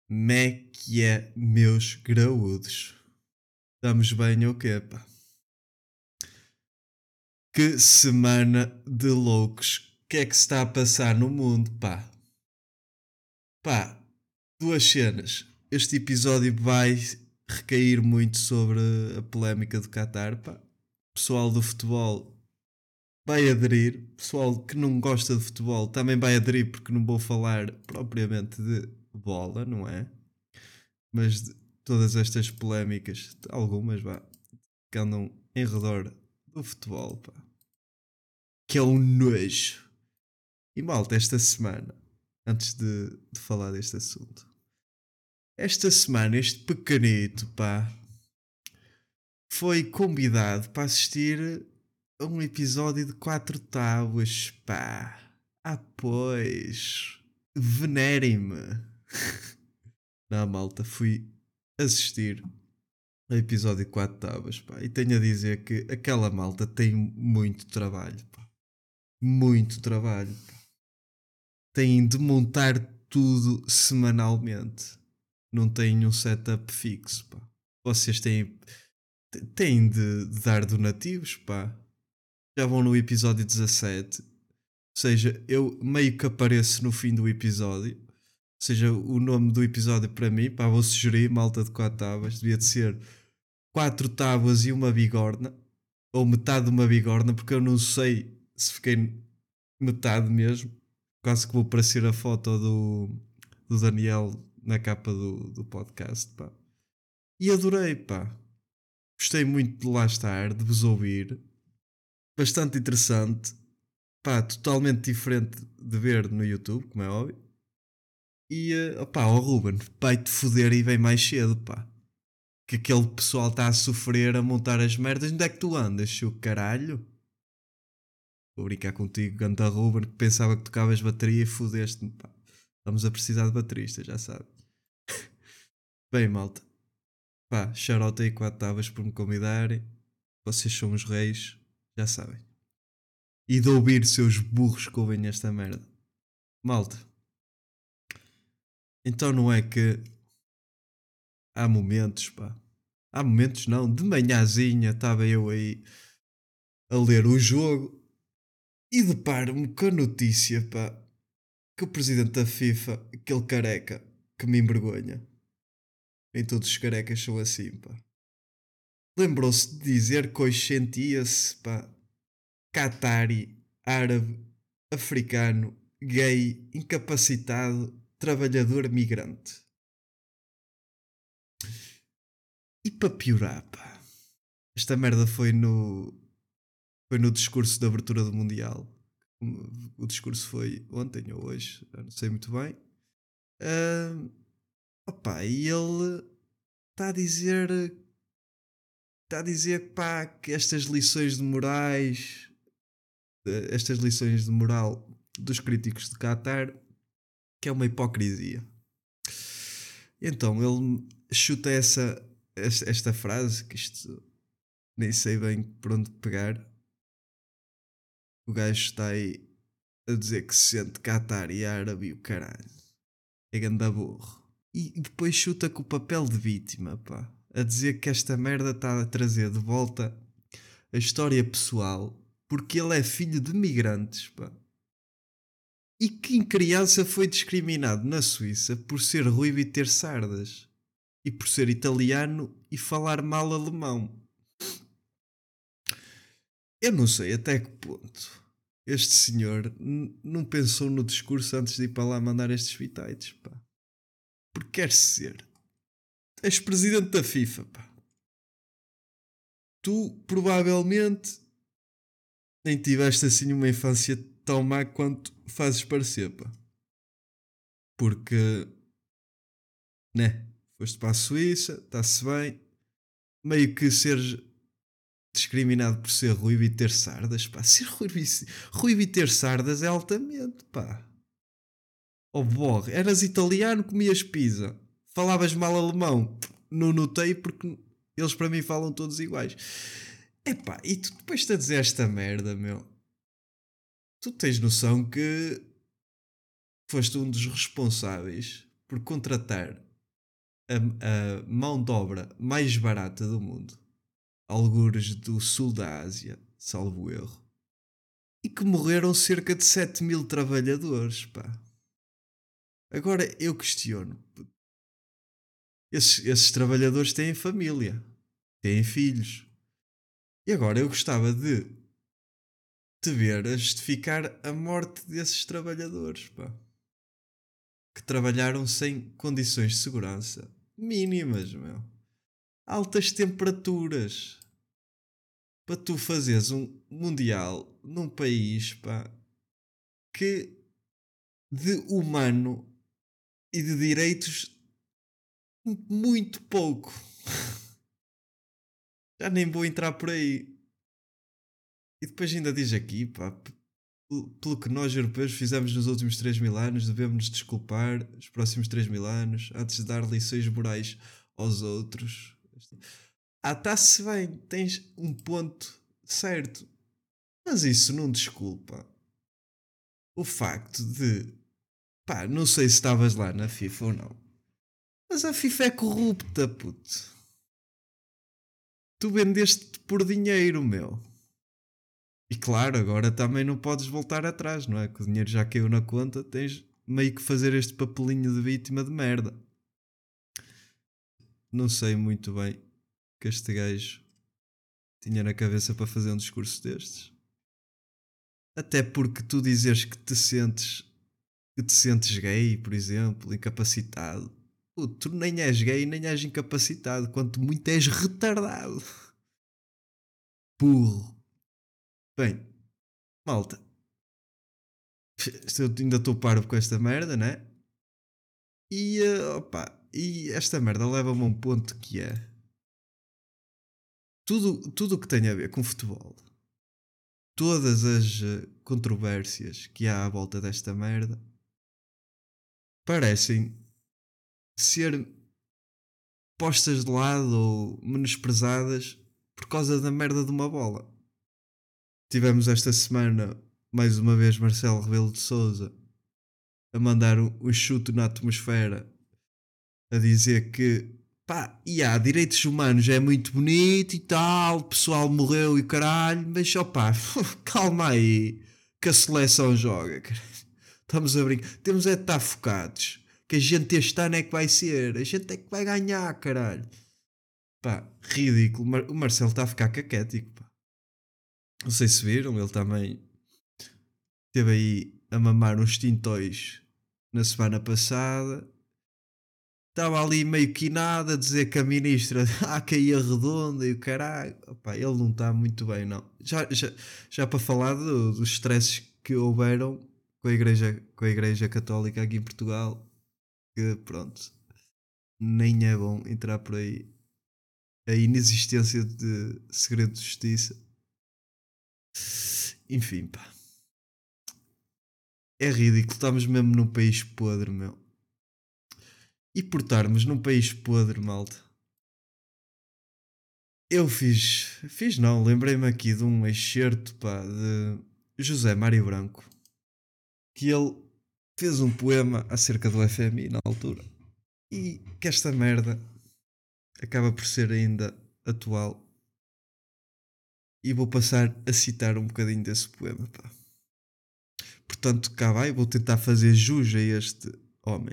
Mé que é, meus graúdos? Estamos bem ou quê, pá? Que semana de loucos. O que é que se está a passar no mundo, pá? Pá, duas cenas. Este episódio vai recair muito sobre a polémica do Qatar, pá. Pessoal do futebol vai aderir. Pessoal que não gosta de futebol também vai aderir, porque não vou falar propriamente de bola, não é? Mas de todas estas polémicas, algumas, vá, que andam em redor do futebol, pá. Que é um nojo. E malta, esta semana, antes de falar deste assunto, esta semana este pequenito, pá, foi convidado para assistir a um episódio de Quatro Tábuas, pá. Ah, pois. Venerem-me. Não, malta, fui assistir ao episódio de Quatro Tábuas, pá. E tenho a dizer que aquela malta tem muito trabalho, pá. Muito trabalho, pá. Têm de montar tudo semanalmente. Não têm um setup fixo, pá. Vocês têm de dar donativos, pá. Já vão no episódio 17. Ou seja, eu meio que apareço no fim do episódio. Ou seja, o nome do episódio para mim, pá, vou sugerir, malta de 4 tábuas, devia de ser 4 tábuas e uma bigorna. Ou metade de uma bigorna, porque eu não sei se fiquei metade mesmo. Quase que vou aparecer a foto do Daniel na capa do podcast, pá. E adorei, pá. Gostei muito de lá estar, de vos ouvir. Bastante interessante. Pá, totalmente diferente de ver no YouTube, como é óbvio. E, opá, ó Ruben, vai-te foder e vem mais cedo, pá. Que aquele pessoal está a sofrer a montar as merdas. Onde é que tu andas, seu caralho? Vou brincar contigo, ganda Ruben, que pensava que tocavas bateria e fodeste-me, pá. Estamos a precisar de bateristas, já sabe. Bem, malta. Pá, shoutout aí 4 tábuas por me convidarem. Vocês são os reis, já sabem. E de ouvir seus burros que ouvem esta merda. Malta. Então não é que há momentos, pá. Há momentos não, de manhãzinha estava eu aí a ler o jogo e deparo-me com a notícia, pá, que o presidente da FIFA, aquele careca, que me envergonha. Nem todos os carecas são assim, pá. Lembrou-se de dizer que hoje sentia-se, pá, Qatari, árabe, africano, gay, incapacitado, trabalhador migrante. E para piorar, pá, esta merda foi no discurso de abertura do Mundial. O discurso foi ontem ou hoje, eu não sei muito bem. Opa, e ele está a dizer pá, que estas lições de morais, estas lições de moral dos críticos de Qatar, que é uma hipocrisia. Então ele chuta esta frase, que isto nem sei bem por onde pegar. O gajo está aí a dizer que se sente Qatar e árabe e o caralho. É ganda burro. E depois chuta com o papel de vítima, pá. A dizer que esta merda está a trazer de volta a história pessoal porque ele é filho de migrantes, pá. E que em criança foi discriminado na Suíça por ser ruivo e ter sardas. E por ser italiano e falar mal alemão. Eu não sei até que ponto este senhor não pensou no discurso antes de ir para lá mandar estes bitites, pá. Porque quer ser. És presidente da FIFA, pá. Tu provavelmente nem tiveste assim uma infância tão má quanto fazes parecer, pá. Porque, né? Foste para a Suíça, está-se bem. Meio que seres discriminado por ser ruivo e ter sardas, pá. Ser ruivo e ter sardas é altamente, pá. Oh, borre, eras italiano, comias pizza. Falavas mal alemão. Não notei porque eles para mim falam todos iguais. Epá, e tu depois de dizer esta merda, meu. Tu tens noção que foste um dos responsáveis por contratar a mão de obra mais barata do mundo, algures do sul da Ásia, salvo erro, e que morreram cerca de 7.000 trabalhadores, pá. Agora eu questiono, esses trabalhadores têm família, têm filhos, e agora eu gostava de te ver a justificar a morte desses trabalhadores, pá, que trabalharam sem condições de segurança mínimas, meu. Altas temperaturas para tu fazeres um mundial num país, pá, que de humano e de direitos muito pouco. Já nem vou entrar por aí. E depois ainda diz aqui, pá, pelo que nós europeus fizemos nos últimos 3.000 anos, devemos nos desculpar os próximos 3.000 anos antes de dar lições morais aos outros. Ah, está-se bem, tens um ponto certo, mas isso não desculpa o facto de, pá, não sei se estavas lá na FIFA ou não, mas a FIFA é corrupta, puto. Tu vendeste por dinheiro, meu. E claro, agora também não podes voltar atrás, não é? Que o dinheiro já caiu na conta, tens meio que fazer este papelinho de vítima de merda. Não sei muito bem que este gajo tinha na cabeça para fazer um discurso destes. Até porque tu dizes que te sentes gay, por exemplo, incapacitado. Pô, tu nem és gay, nem és incapacitado, quanto muito és retardado. Burro. Bem, malta, eu ainda estou parvo com esta merda, né? E, opa, e esta merda leva-me a um ponto que é tudo o que tem a ver com futebol, todas as controvérsias que há à volta desta merda parecem ser postas de lado ou menosprezadas por causa da merda de uma bola. Tivemos esta semana, mais uma vez, Marcelo Rebelo de Sousa a mandar um chute na atmosfera, a dizer que pá, direitos humanos é muito bonito e tal, o pessoal morreu e caralho, mas opá, calma aí, que a seleção joga, cara. Estamos a brincar, temos é de estar focados, que a gente este ano é que vai ser, a gente é que vai ganhar, caralho. Pá, ridículo, o Marcelo está a ficar caquético, pá. Não sei se viram, ele também esteve aí a mamar uns tintóis na semana passada. Estava ali meio que nada a dizer que a ministra caía redonda e o caralho. Opa, ele não está muito bem, não. Já para falar dos stresses que houveram com a igreja Católica aqui em Portugal, que pronto, nem é bom entrar por aí. A inexistência de segredo de justiça. Enfim, pá. É ridículo, estamos mesmo num país podre, meu. E por estarmos num país podre, malta, eu fiz não, lembrei-me aqui de um excerto, pá, de José Mário Branco, que ele fez um poema acerca do FMI na altura, e que esta merda acaba por ser ainda atual, e vou passar a citar um bocadinho desse poema, pá. Portanto, cá vai, vou tentar fazer jus a este homem.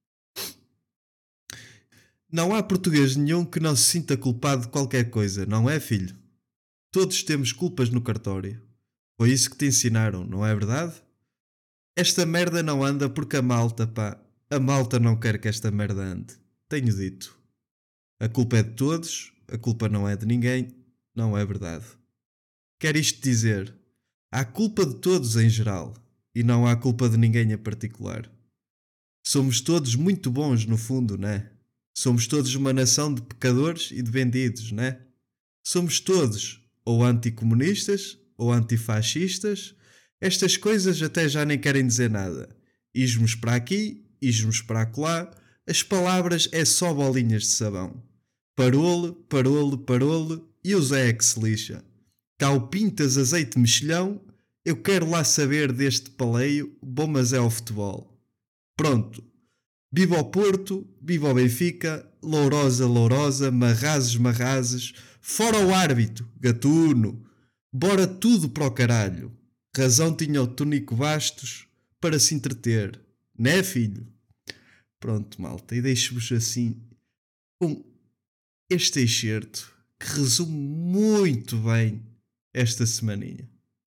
Não há português nenhum que não se sinta culpado de qualquer coisa, não é, filho? Todos temos culpas no cartório. Foi isso que te ensinaram, não é verdade? Esta merda não anda porque a malta, pá, a malta não quer que esta merda ande. Tenho dito. A culpa é de todos, a culpa não é de ninguém, não é verdade. Quer isto dizer, há culpa de todos em geral e não há culpa de ninguém em particular. Somos todos muito bons no fundo, né? Somos todos uma nação de pecadores e de vendidos, né? Somos todos ou anticomunistas ou antifascistas. Estas coisas até já nem querem dizer nada. Ismos para aqui, ismos para acolá. As palavras é só bolinhas de sabão. Parole, parole, parole e o Zé é que se lixa. Cao pintas azeite mexilhão. Eu quero lá saber deste paleio, bom mas é o futebol. Pronto. Viva o Porto, viva o Benfica, Lourosa, Lourosa, Marrazes, Marrazes, fora o árbitro, Gatuno, bora tudo para o caralho. Razão tinha o Tónico Bastos para se entreter, né filho? Pronto, malta, e deixo-vos assim com este excerto que resume muito bem esta semaninha.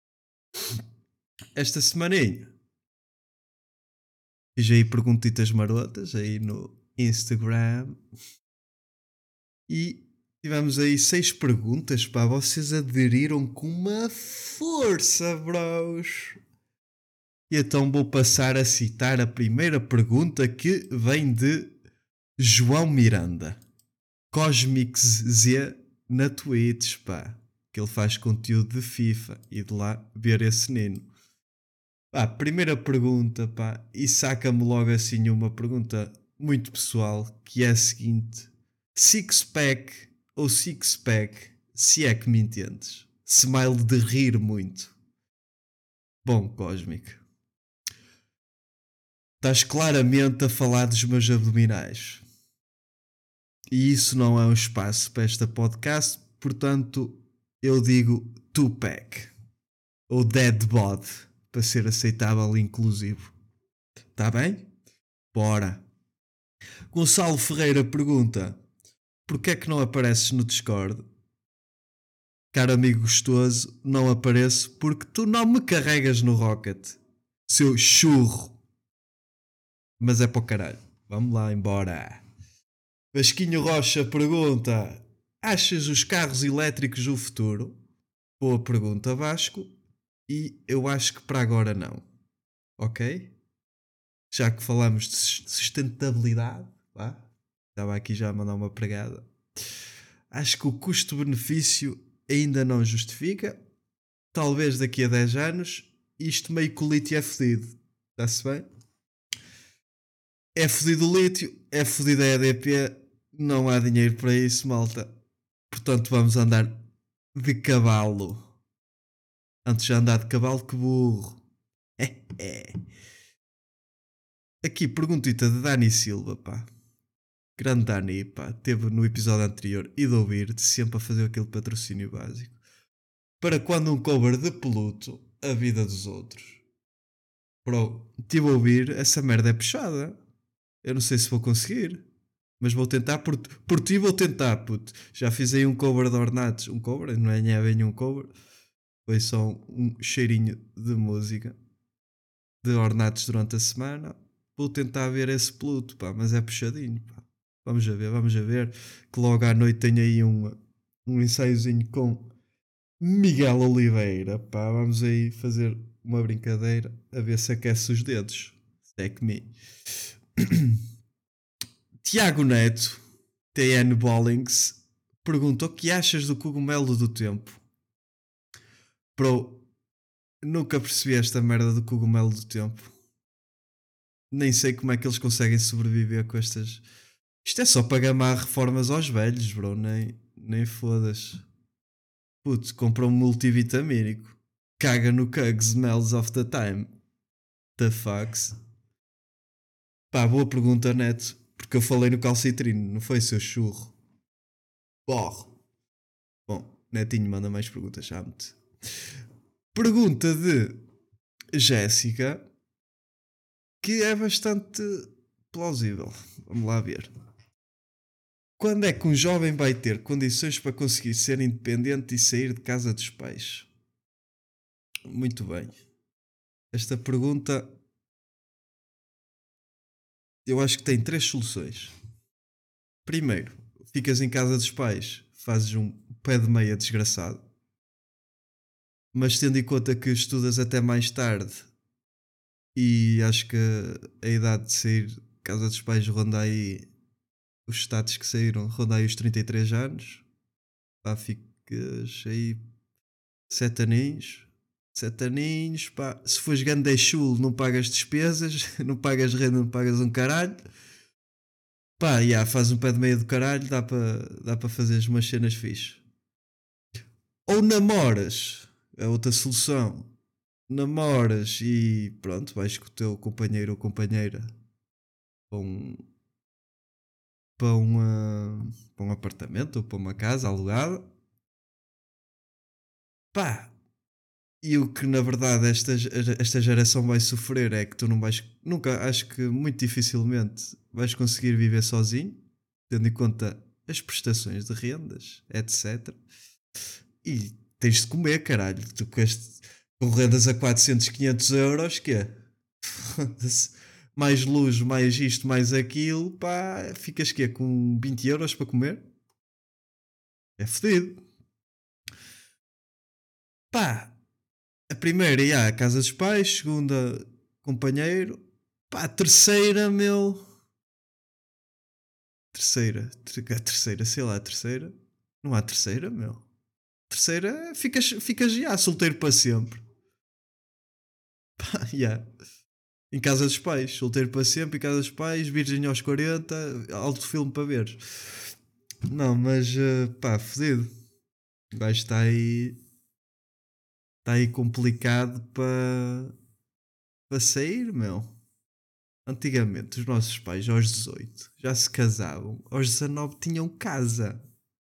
Esta semaninha fiz aí perguntitas marotas aí no Instagram e tivemos aí 6 perguntas, pá, vocês aderiram com uma força, bros. E então vou passar a citar a primeira pergunta que vem de João Miranda. Cosmix Z na Twitch, pá. Que ele faz conteúdo de FIFA e de lá ver esse nino. Pá, primeira pergunta, pá, e saca-me logo assim uma pergunta muito pessoal, que é a seguinte: six-pack ou six-pack, se é que me entendes? Smile de rir muito. Bom, Cósmico, estás claramente a falar dos meus abdominais. E isso não é um espaço para esta podcast, portanto eu digo two-pack ou dead bod, para ser aceitável e inclusivo. Tá bem? Bora! Gonçalo Ferreira pergunta: porquê é que não apareces no Discord? Caro amigo gostoso, não apareço porque tu não me carregas no Rocket. Seu churro. Mas é para o caralho. Vamos lá, embora. Vasquinho Rocha pergunta: achas os carros elétricos o futuro? Boa pergunta, Vasco. E eu acho que para agora não. Ok? Já que falamos de sustentabilidade, vá, estava aqui já a mandar uma pregada. Acho que o custo-benefício ainda não justifica. Talvez daqui a 10 anos isto meio que o lítio é fedido. Está-se bem? É fedido o lítio, é fedido a EDP, não há dinheiro para isso, malta. Portanto, vamos andar de cavalo. Antes de andar de cavalo que burro. Aqui, perguntita de Dani Silva, pá. Grande Dani, pá. Teve no episódio anterior e de ouvir, de sempre a fazer aquele patrocínio básico. Para quando um cover de Pluto, a vida dos outros. Bro, estive a ouvir, essa merda é puxada. Eu não sei se vou conseguir. Mas vou tentar, por ti vou tentar, puto. Já fiz aí um cover de Ornatos. Um cover, não é bem um cover. Foi só um cheirinho de música de Ornatos durante a semana. Vou tentar ver esse Pluto, pá, mas é puxadinho, pá. Vamos a ver, vamos a ver. Que logo à noite tenho aí um ensaiozinho com Miguel Oliveira, pá. Vamos aí fazer uma brincadeira a ver se aquece os dedos. Se é que me. Tiago Neto, TN Bollings, pergunta: o que achas do cogumelo do tempo? Bro, nunca percebi esta merda do cogumelo do tempo. Nem sei como é que eles conseguem sobreviver com estas. Isto é só para gamar reformas aos velhos, bro. Nem fodas. Putz, compra um multivitamínico. Caga no Cug Smells of the Time. The fucks. Pá, boa pergunta, Neto. Porque eu falei no calcitrino, não foi, seu churro? Porra. Bom, Netinho manda mais perguntas, já me. Pergunta de Jéssica, que é bastante plausível. Vamos lá ver. Quando é que um jovem vai ter condições para conseguir ser independente e sair de casa dos pais? Muito bem. Esta pergunta eu acho que tem 3 soluções. Primeiro, ficas em casa dos pais, fazes um pé de meia desgraçado, mas tendo em conta que estudas até mais tarde e acho que a idade de sair de casa dos pais ronda aí os status que saíram, ronda aí os 33 anos, pá, ficas aí 7 aninhos. 7 aninhos, pá. Se fores ganda chulo, não pagas despesas, não pagas renda, não pagas um caralho. Pá, faz um pé de meia do caralho, dá para fazer umas cenas fixe. Ou namoras, é outra solução. Namoras e pronto, vais com o teu companheiro ou companheira para um, para um apartamento ou para uma casa alugada. Pá, e o que na verdade esta geração vai sofrer é que tu não vais, nunca, acho que muito dificilmente vais conseguir viver sozinho, tendo em conta as prestações de rendas, etc. E tens de comer, caralho. Tu com rendas a 400, 500 euros, que é? Mais luz, mais isto, mais aquilo, pá, ficas que é com 20 euros para comer? É fedido. Pá, a primeira, a casa dos pais. Segunda, companheiro. Pá, a terceira, meu. A terceira, sei lá, a terceira. Não há terceira, meu. Terceira, ficas já solteiro para sempre. Pá, já. Em casa dos pais, solteiro para sempre, em casa dos pais, virgem aos 40, alto filme para ver. Não, mas pá, fodido. O gajo está aí complicado para sair, meu. Antigamente, os nossos pais, aos 18, já se casavam, aos 19 tinham casa.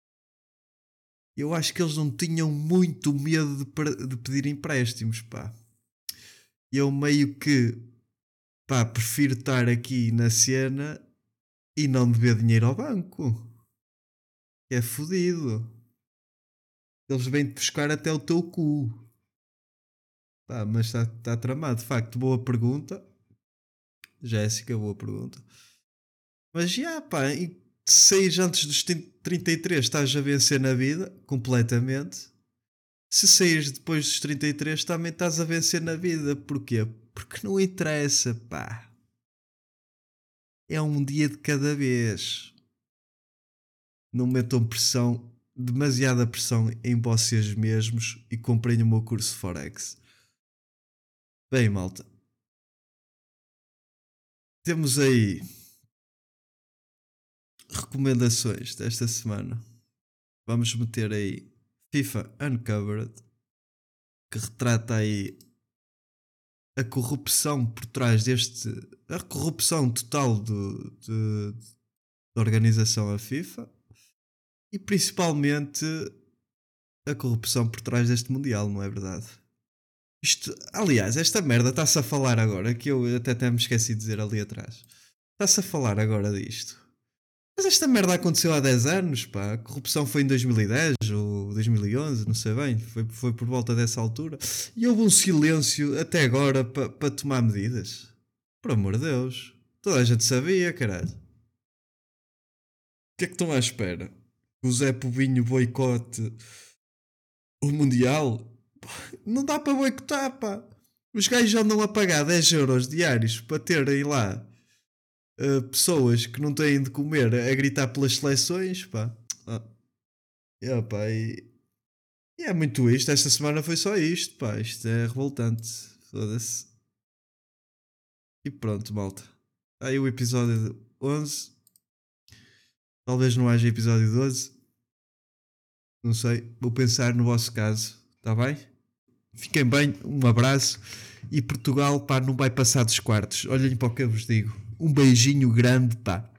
Eu acho que eles não tinham muito medo de pedir empréstimos, pá. Eu meio que, pá, prefiro estar aqui na cena e não dever dinheiro ao banco. É fodido. Eles vêm-te buscar até o teu cu. Pá, mas está tramado. De facto, boa pergunta. Jéssica, boa pergunta. Mas já, pá, e se antes dos 33 estás a vencer na vida, completamente. Se saís depois dos 33 também estás a vencer na vida. Porquê? Porque não interessa, pá. É um dia de cada vez. Não metam pressão, demasiada pressão em vocês mesmos e comprem o meu curso Forex. Bem, malta. Temos aí recomendações desta semana. Vamos meter aí FIFA Uncovered, que retrata aí a corrupção por trás deste. A corrupção total da organização a FIFA e principalmente a corrupção por trás deste Mundial, não é verdade? Isto, aliás, esta merda está-se a falar agora, que eu até me esqueci de dizer ali atrás. Está-se a falar agora disto. Mas esta merda aconteceu há 10 anos, pá. A corrupção foi em 2010 ou 2011, não sei bem. Foi por volta dessa altura. E houve um silêncio até agora para tomar medidas. Por amor de Deus. Toda a gente sabia, caralho. O que é que estão à espera? Que o Zé Povinho boicote o Mundial? Não dá para boicotar, pá. Os gajos andam a pagar 10 euros diários para terem lá pessoas que não têm de comer a gritar pelas seleções, pá. Pá, e é muito isto. Esta semana foi só isto, pá. Isto é revoltante. Foda-se. E pronto, malta. Aí o episódio 11. Talvez não haja episódio 12. Não sei. Vou pensar no vosso caso. Está bem? Fiquem bem. Um abraço. E Portugal, pá, não vai passar dos quartos. Olhem para o que eu vos digo. Um beijinho grande, pá.